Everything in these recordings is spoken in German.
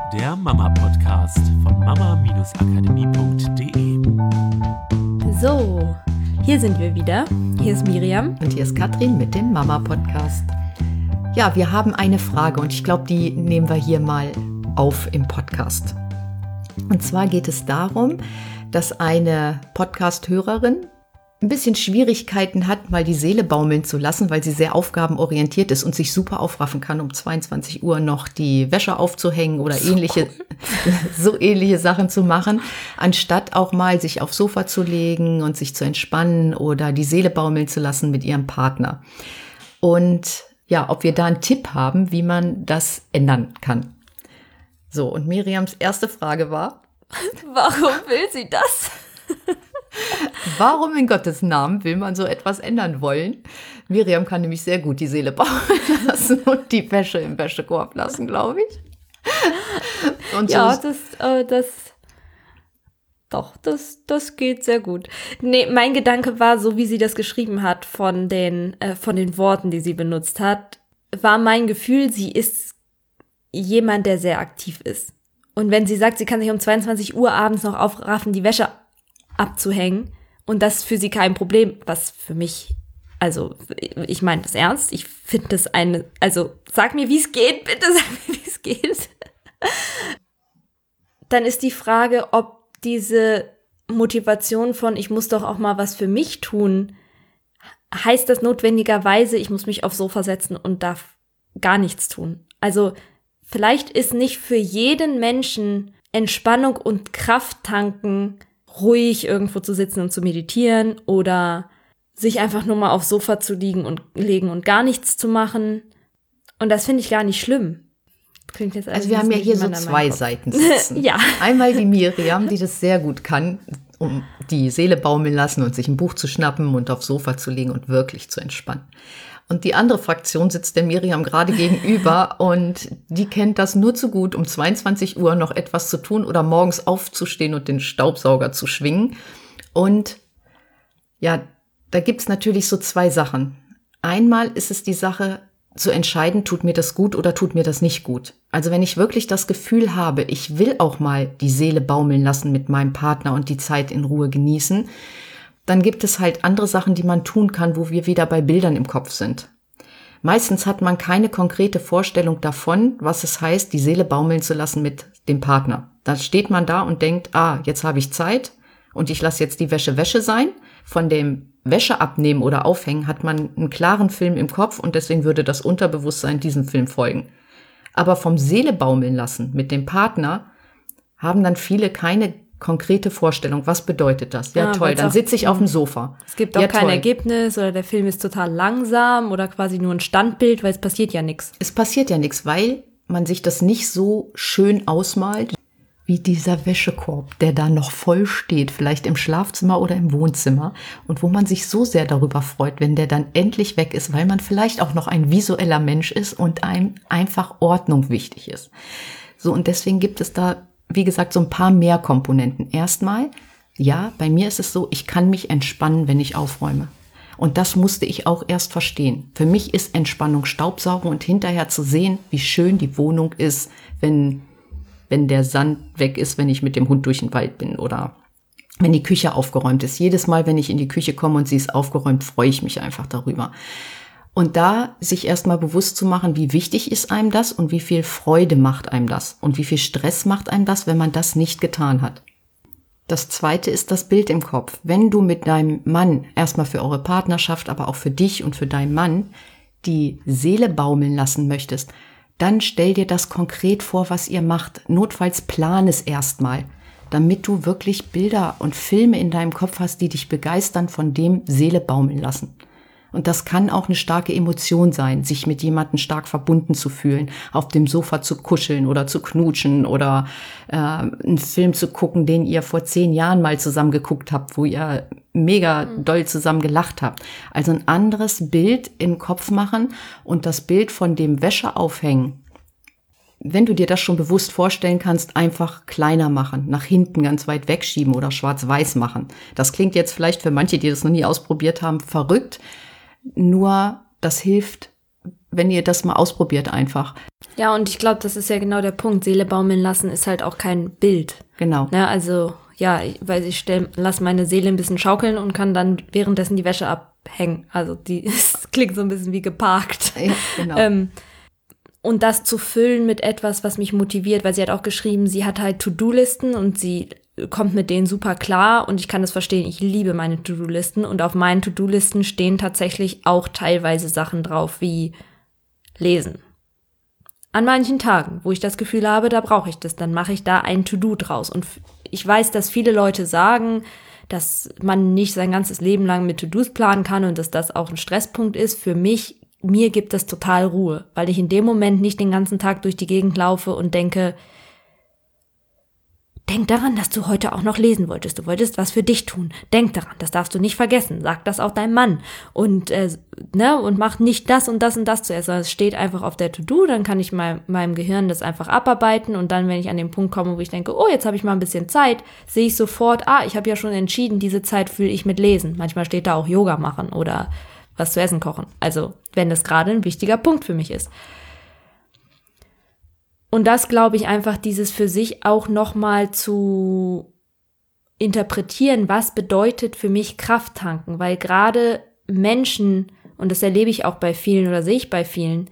der Mama-Podcast von mama-akademie.de. So, hier sind wir wieder. Hier ist Miriam. Und hier ist Katrin mit dem Mama-Podcast. Ja, wir haben eine Frage und ich glaube, die nehmen wir hier mal auf im Podcast. Und zwar geht es darum, dass eine Podcast-Hörerin ein bisschen Schwierigkeiten hat, mal die Seele baumeln zu lassen, weil sie sehr aufgabenorientiert ist und sich super aufraffen kann, um 22 Uhr noch die Wäsche aufzuhängen oder ähnliche Sachen zu machen, anstatt auch mal sich aufs Sofa zu legen und sich zu entspannen oder die Seele baumeln zu lassen mit ihrem Partner. Und ja, ob wir da einen Tipp haben, wie man das ändern kann. So, und Miriams erste Frage war: Warum will sie das? Warum in Gottes Namen will man so etwas ändern wollen? Miriam kann nämlich sehr gut die Seele baumeln lassen und die Wäsche im Wäschekorb lassen, glaube ich. Und ja, so das geht sehr gut. Nee, mein Gedanke war, so wie sie das geschrieben hat, von den Worten, die sie benutzt hat, war mein Gefühl, sie ist jemand, der sehr aktiv ist. Und wenn sie sagt, sie kann sich um 22 Uhr abends noch aufraffen, die Wäsche abzuhängen, und das ist für sie kein Problem, was für mich, also ich meine das ernst, ich finde das sag mir, wie es geht, bitte sag mir, wie es geht. Dann ist die Frage, ob diese Motivation von, ich muss doch auch mal was für mich tun, heißt das notwendigerweise, ich muss mich aufs Sofa setzen und darf gar nichts tun. Also vielleicht ist nicht für jeden Menschen Entspannung und Kraft tanken, ruhig irgendwo zu sitzen und zu meditieren oder sich einfach nur mal aufs Sofa zu legen und gar nichts zu machen. Und das finde ich gar nicht schlimm. Klingt jetzt also wir haben ja hier so zwei Seiten sitzen. Ja. Einmal die Miriam, die das sehr gut kann, um die Seele baumeln lassen und sich ein Buch zu schnappen und aufs Sofa zu legen und wirklich zu entspannen. Und die andere Fraktion sitzt der Miriam gerade gegenüber und die kennt das nur zu gut, um 22 Uhr noch etwas zu tun oder morgens aufzustehen und den Staubsauger zu schwingen. Und ja, da gibt's natürlich so zwei Sachen. Einmal ist es die Sache, zu entscheiden, tut mir das gut oder tut mir das nicht gut. Also wenn ich wirklich das Gefühl habe, ich will auch mal die Seele baumeln lassen mit meinem Partner und die Zeit in Ruhe genießen, dann gibt es halt andere Sachen, die man tun kann, wo wir wieder bei Bildern im Kopf sind. Meistens hat man keine konkrete Vorstellung davon, was es heißt, die Seele baumeln zu lassen mit dem Partner. Da steht man da und denkt, jetzt habe ich Zeit und ich lasse jetzt die Wäsche sein. Von dem Wäsche abnehmen oder aufhängen hat man einen klaren Film im Kopf und deswegen würde das Unterbewusstsein diesem Film folgen. Aber vom Seele baumeln lassen mit dem Partner haben dann viele keine konkrete Vorstellung. Was bedeutet das? Ja, toll, dann sitze ich auf dem Sofa. Es gibt auch kein Ergebnis oder der Film ist total langsam oder quasi nur ein Standbild, weil es passiert ja nichts. Es passiert ja nichts, weil man sich das nicht so schön ausmalt, wie dieser Wäschekorb, der da noch voll steht, vielleicht im Schlafzimmer oder im Wohnzimmer und wo man sich so sehr darüber freut, wenn der dann endlich weg ist, weil man vielleicht auch noch ein visueller Mensch ist und einem einfach Ordnung wichtig ist. So, und deswegen gibt es da, wie gesagt, so ein paar mehr Komponenten. Erstmal, ja, bei mir ist es so, ich kann mich entspannen, wenn ich aufräume. Und das musste ich auch erst verstehen. Für mich ist Entspannung Staubsaugen und hinterher zu sehen, wie schön die Wohnung ist, wenn der Sand weg ist, wenn ich mit dem Hund durch den Wald bin oder wenn die Küche aufgeräumt ist. Jedes Mal, wenn ich in die Küche komme und sie ist aufgeräumt, freue ich mich einfach darüber. Und da sich erstmal bewusst zu machen, wie wichtig ist einem das und wie viel Freude macht einem das und wie viel Stress macht einem das, wenn man das nicht getan hat. Das zweite ist das Bild im Kopf. Wenn du mit deinem Mann erstmal für eure Partnerschaft, aber auch für dich und für deinen Mann die Seele baumeln lassen möchtest, dann stell dir das konkret vor, was ihr macht. Notfalls plan es erstmal, damit du wirklich Bilder und Filme in deinem Kopf hast, die dich begeistern, von dem Seele baumeln lassen. Und das kann auch eine starke Emotion sein, sich mit jemandem stark verbunden zu fühlen, auf dem Sofa zu kuscheln oder zu knutschen oder einen Film zu gucken, den ihr vor 10 Jahren mal zusammen geguckt habt, wo ihr mega doll zusammen gelacht habt. Also ein anderes Bild im Kopf machen und das Bild von dem Wäsche aufhängen. Wenn du dir das schon bewusst vorstellen kannst, einfach kleiner machen, nach hinten ganz weit wegschieben oder schwarz-weiß machen. Das klingt jetzt vielleicht für manche, die das noch nie ausprobiert haben, verrückt. Nur das hilft wenn ihr das mal ausprobiert einfach. Ja, und ich glaube, das ist ja genau der Punkt. Seele baumeln lassen ist halt auch kein Bild. Genau. Ne? Also, ja, weil ich lasse meine Seele ein bisschen schaukeln und kann dann währenddessen die Wäsche abhängen. Also, das klingt so ein bisschen wie geparkt. Ja, genau. Und das zu füllen mit etwas, was mich motiviert, weil sie hat auch geschrieben, sie hat halt To-Do-Listen und sie kommt mit denen super klar und ich kann das verstehen. Ich liebe meine To-Do-Listen und auf meinen To-Do-Listen stehen tatsächlich auch teilweise Sachen drauf wie Lesen. An manchen Tagen, wo ich das Gefühl habe, da brauche ich das, dann mache ich da ein To-Do draus. Und ich weiß, dass viele Leute sagen, dass man nicht sein ganzes Leben lang mit To-Dos planen kann und dass das auch ein Stresspunkt ist. Für mir gibt es total Ruhe, weil ich in dem Moment nicht den ganzen Tag durch die Gegend laufe und denke, denk daran, dass du heute auch noch lesen wolltest. Du wolltest was für dich tun. Denk daran, das darfst du nicht vergessen. Sag das auch deinem Mann. Und mach nicht das und das und das zuerst, sondern es steht einfach auf der To-Do, dann kann ich meinem Gehirn das einfach abarbeiten und dann, wenn ich an den Punkt komme, wo ich denke, oh, jetzt habe ich mal ein bisschen Zeit, sehe ich sofort, ich habe ja schon entschieden, diese Zeit fülle ich mit Lesen. Manchmal steht da auch Yoga machen oder was zu essen kochen. Also, wenn das gerade ein wichtiger Punkt für mich ist. Und das glaube ich einfach, dieses für sich auch nochmal zu interpretieren, was bedeutet für mich Kraft tanken, weil gerade Menschen, und das erlebe ich auch bei vielen oder sehe ich bei vielen,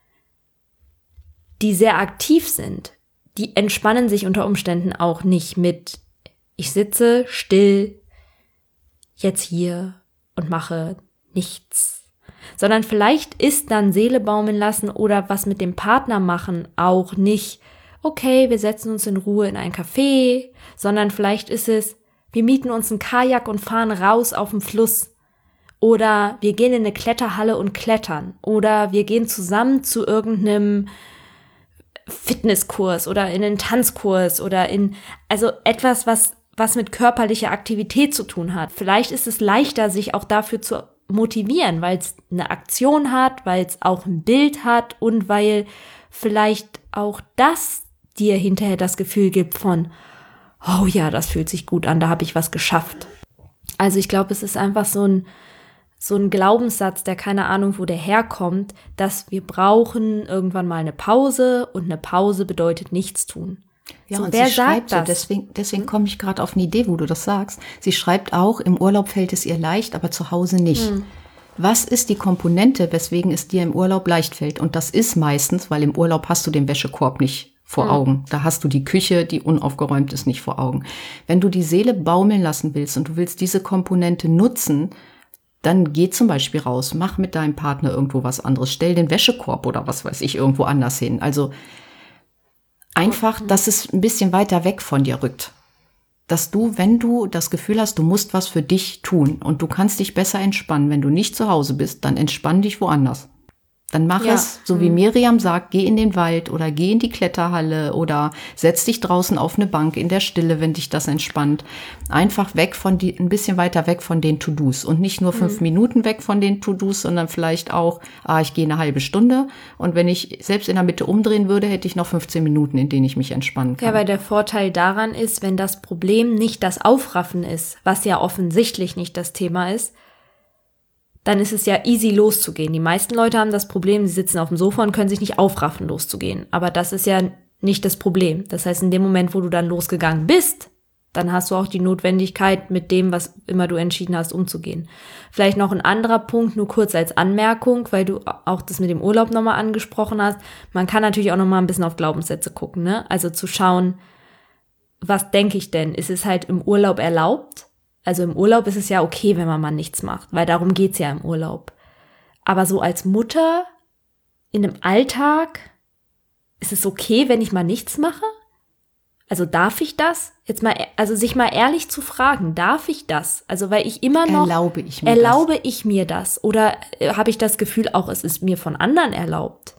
die sehr aktiv sind, die entspannen sich unter Umständen auch nicht mit, ich sitze still jetzt hier und mache nichts. Sondern vielleicht ist dann Seele baumeln lassen oder was mit dem Partner machen auch nicht, okay, wir setzen uns in Ruhe in ein Café, sondern vielleicht ist es, wir mieten uns ein Kajak und fahren raus auf den Fluss. Oder wir gehen in eine Kletterhalle und klettern. Oder wir gehen zusammen zu irgendeinem Fitnesskurs oder in einen Tanzkurs oder also etwas, was mit körperlicher Aktivität zu tun hat. Vielleicht ist es leichter, sich auch dafür zu motivieren, weil es eine Aktion hat, weil es auch ein Bild hat und weil vielleicht auch das dir hinterher das Gefühl gibt von, oh ja, das fühlt sich gut an, da habe ich was geschafft. Also ich glaube, es ist einfach so ein Glaubenssatz, der keine Ahnung, wo der herkommt, dass wir brauchen irgendwann mal eine Pause und eine Pause bedeutet nichts tun. Ja, so, und wer sie schreibt sagt so, das? deswegen komme ich gerade auf eine Idee, wo du das sagst. Sie schreibt auch, im Urlaub fällt es ihr leicht, aber zu Hause nicht. Was ist die Komponente, weswegen es dir im Urlaub leicht fällt? Und das ist meistens, weil im Urlaub hast du den Wäschekorb nicht vor Augen. Da hast du die Küche, die unaufgeräumt ist, nicht vor Augen. Wenn du die Seele baumeln lassen willst und du willst diese Komponente nutzen, dann geh zum Beispiel raus, mach mit deinem Partner irgendwo was anderes, stell den Wäschekorb oder was weiß ich irgendwo anders hin. Also einfach, dass es ein bisschen weiter weg von dir rückt. Dass du, wenn du das Gefühl hast, du musst was für dich tun und du kannst dich besser entspannen, wenn du nicht zu Hause bist, dann entspann dich woanders. Dann mach es, so wie Miriam sagt, geh in den Wald oder geh in die Kletterhalle oder setz dich draußen auf eine Bank in der Stille, wenn dich das entspannt. Einfach weg ein bisschen weiter weg von den To-Dos und nicht nur 5 Minuten weg von den To-Dos, sondern vielleicht auch, ich gehe eine halbe Stunde und wenn ich selbst in der Mitte umdrehen würde, hätte ich noch 15 Minuten, in denen ich mich entspannen kann. Ja, weil der Vorteil daran ist, wenn das Problem nicht das Aufraffen ist, was ja offensichtlich nicht das Thema ist, dann ist es ja easy loszugehen. Die meisten Leute haben das Problem, sie sitzen auf dem Sofa und können sich nicht aufraffen, loszugehen. Aber das ist ja nicht das Problem. Das heißt, in dem Moment, wo du dann losgegangen bist, dann hast du auch die Notwendigkeit, mit dem, was immer du entschieden hast, umzugehen. Vielleicht noch ein anderer Punkt, nur kurz als Anmerkung, weil du auch das mit dem Urlaub nochmal angesprochen hast. Man kann natürlich auch nochmal ein bisschen auf Glaubenssätze gucken, ne? Also zu schauen, was denke ich denn? Ist es halt im Urlaub erlaubt? Also im Urlaub ist es ja okay, wenn man mal nichts macht, weil darum geht's ja im Urlaub. Aber so als Mutter in einem Alltag, ist es okay, wenn ich mal nichts mache? Also darf ich das? Jetzt mal, also sich mal ehrlich zu fragen, darf ich das? Also weil ich immer noch Erlaube ich mir das? Oder habe ich das Gefühl auch, es ist mir von anderen erlaubt?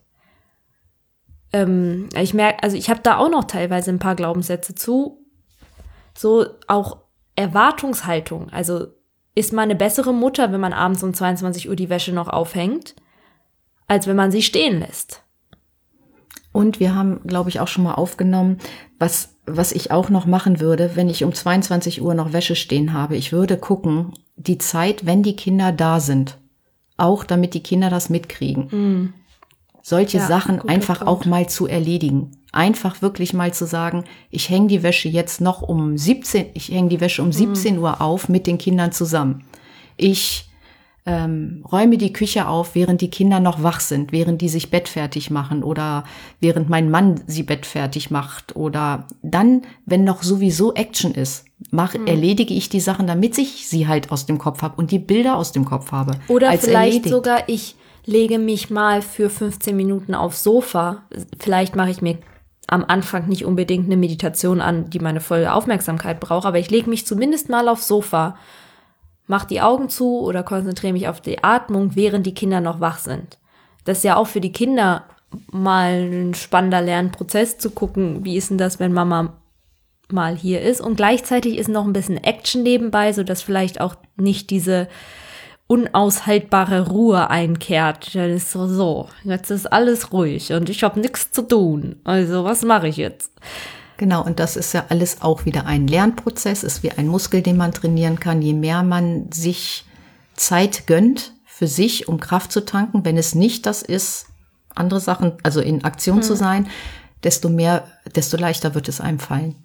Ich merke, also ich habe da auch noch teilweise ein paar Glaubenssätze zu, so auch Erwartungshaltung, also ist man eine bessere Mutter, wenn man abends um 22 Uhr die Wäsche noch aufhängt, als wenn man sie stehen lässt. Und wir haben, glaube ich, auch schon mal aufgenommen, was ich auch noch machen würde, wenn ich um 22 Uhr noch Wäsche stehen habe. Ich würde gucken, die Zeit, wenn die Kinder da sind, auch damit die Kinder das mitkriegen. solche Ja, Sachen guter einfach Punkt. auch mal zu erledigen. Einfach wirklich mal zu sagen, ich hänge die Wäsche jetzt noch um 17 Uhr auf mit den Kindern zusammen. Ich räume die Küche auf, während die Kinder noch wach sind, während die sich bettfertig machen oder während mein Mann sie bettfertig macht oder dann, wenn noch sowieso Action ist, erledige ich die Sachen, damit ich sie halt aus dem Kopf habe und die Bilder aus dem Kopf habe. Oder als vielleicht erledigt. sogar, ich lege mich mal für 15 Minuten aufs Sofa. Vielleicht mache ich mir am Anfang nicht unbedingt eine Meditation an, die meine volle Aufmerksamkeit braucht, aber ich lege mich zumindest mal aufs Sofa, mache die Augen zu oder konzentriere mich auf die Atmung, während die Kinder noch wach sind. Das ist ja auch für die Kinder mal ein spannender Lernprozess, zu gucken, wie ist denn das, wenn Mama mal hier ist. Und gleichzeitig ist noch ein bisschen Action nebenbei, sodass vielleicht auch nicht diese unaushaltbare Ruhe einkehrt. Dann ist so, jetzt ist alles ruhig und ich habe nichts zu tun. Also was mache ich jetzt? Genau, und das ist ja alles auch wieder ein Lernprozess, ist wie ein Muskel, den man trainieren kann. Je mehr man sich Zeit gönnt für sich, um Kraft zu tanken, wenn es nicht das ist, andere Sachen, also in Aktion zu sein, desto leichter wird es einem fallen.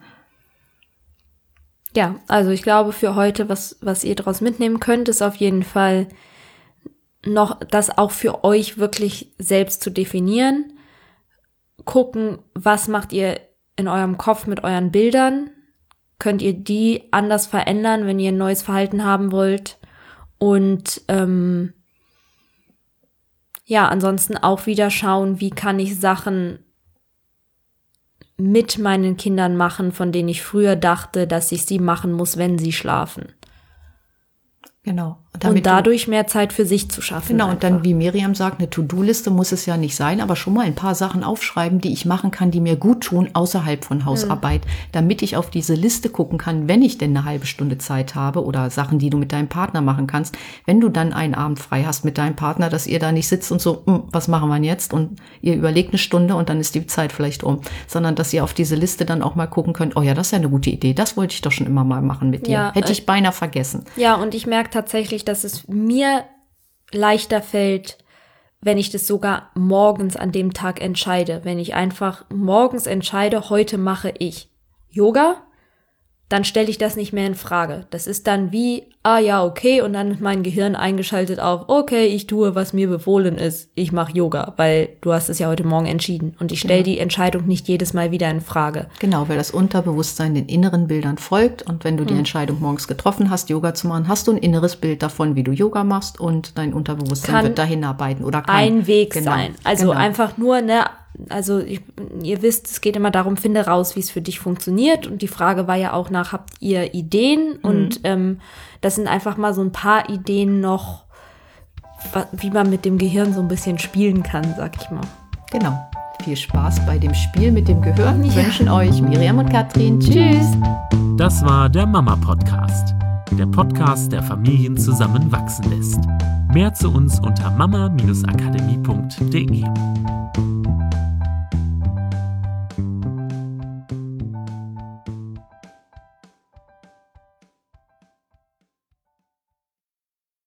Ja, also ich glaube für heute, was ihr daraus mitnehmen könnt, ist auf jeden Fall noch das auch für euch wirklich selbst zu definieren. Gucken, was macht ihr in eurem Kopf mit euren Bildern? Könnt ihr die anders verändern, wenn ihr ein neues Verhalten haben wollt? Und ansonsten auch wieder schauen, wie kann ich Sachen mit meinen Kindern machen, von denen ich früher dachte, dass ich sie machen muss, wenn sie schlafen. Genau. Und dadurch mehr Zeit für sich zu schaffen. Genau, und einfach. dann, wie Miriam sagt, eine To-Do-Liste muss es ja nicht sein, aber schon mal ein paar Sachen aufschreiben, die ich machen kann, die mir gut tun, außerhalb von Hausarbeit, damit ich auf diese Liste gucken kann, wenn ich denn eine halbe Stunde Zeit habe oder Sachen, die du mit deinem Partner machen kannst, wenn du dann einen Abend frei hast mit deinem Partner, dass ihr da nicht sitzt und so, was machen wir jetzt? Und ihr überlegt eine Stunde und dann ist die Zeit vielleicht um, sondern dass ihr auf diese Liste dann auch mal gucken könnt, oh ja, das ist ja eine gute Idee, das wollte ich doch schon immer mal machen mit dir. Ja, Hätte ich beinahe vergessen. Ja, und ich merke tatsächlich, dass es mir leichter fällt, wenn ich das sogar morgens an dem Tag entscheide. Wenn ich einfach morgens entscheide, heute mache ich Yoga, dann stelle ich das nicht mehr in Frage. Das ist dann wie, okay, und dann ist mein Gehirn eingeschaltet auf, okay, ich tue, was mir befohlen ist. Ich mache Yoga, weil du hast es ja heute Morgen entschieden. Und ich stelle die Entscheidung nicht jedes Mal wieder in Frage. Genau, weil das Unterbewusstsein den inneren Bildern folgt. Und wenn du die Entscheidung morgens getroffen hast, Yoga zu machen, hast du ein inneres Bild davon, wie du Yoga machst. Und dein Unterbewusstsein wird dahin arbeiten oder kann. Ein Weg Genau. sein. Also einfach nur, ihr wisst, es geht immer darum, finde raus, wie es für dich funktioniert. Und die Frage war ja auch nach, habt ihr Ideen? Und das sind einfach mal so ein paar Ideen noch, wie man mit dem Gehirn so ein bisschen spielen kann, sag ich mal. Genau. Viel Spaß bei dem Spiel mit dem Gehirn. Wir wünschen euch Miriam und Katrin. Tschüss. Das war der Mama-Podcast. Der Podcast, der Familien zusammenwachsen lässt. Mehr zu uns unter mama-akademie.de.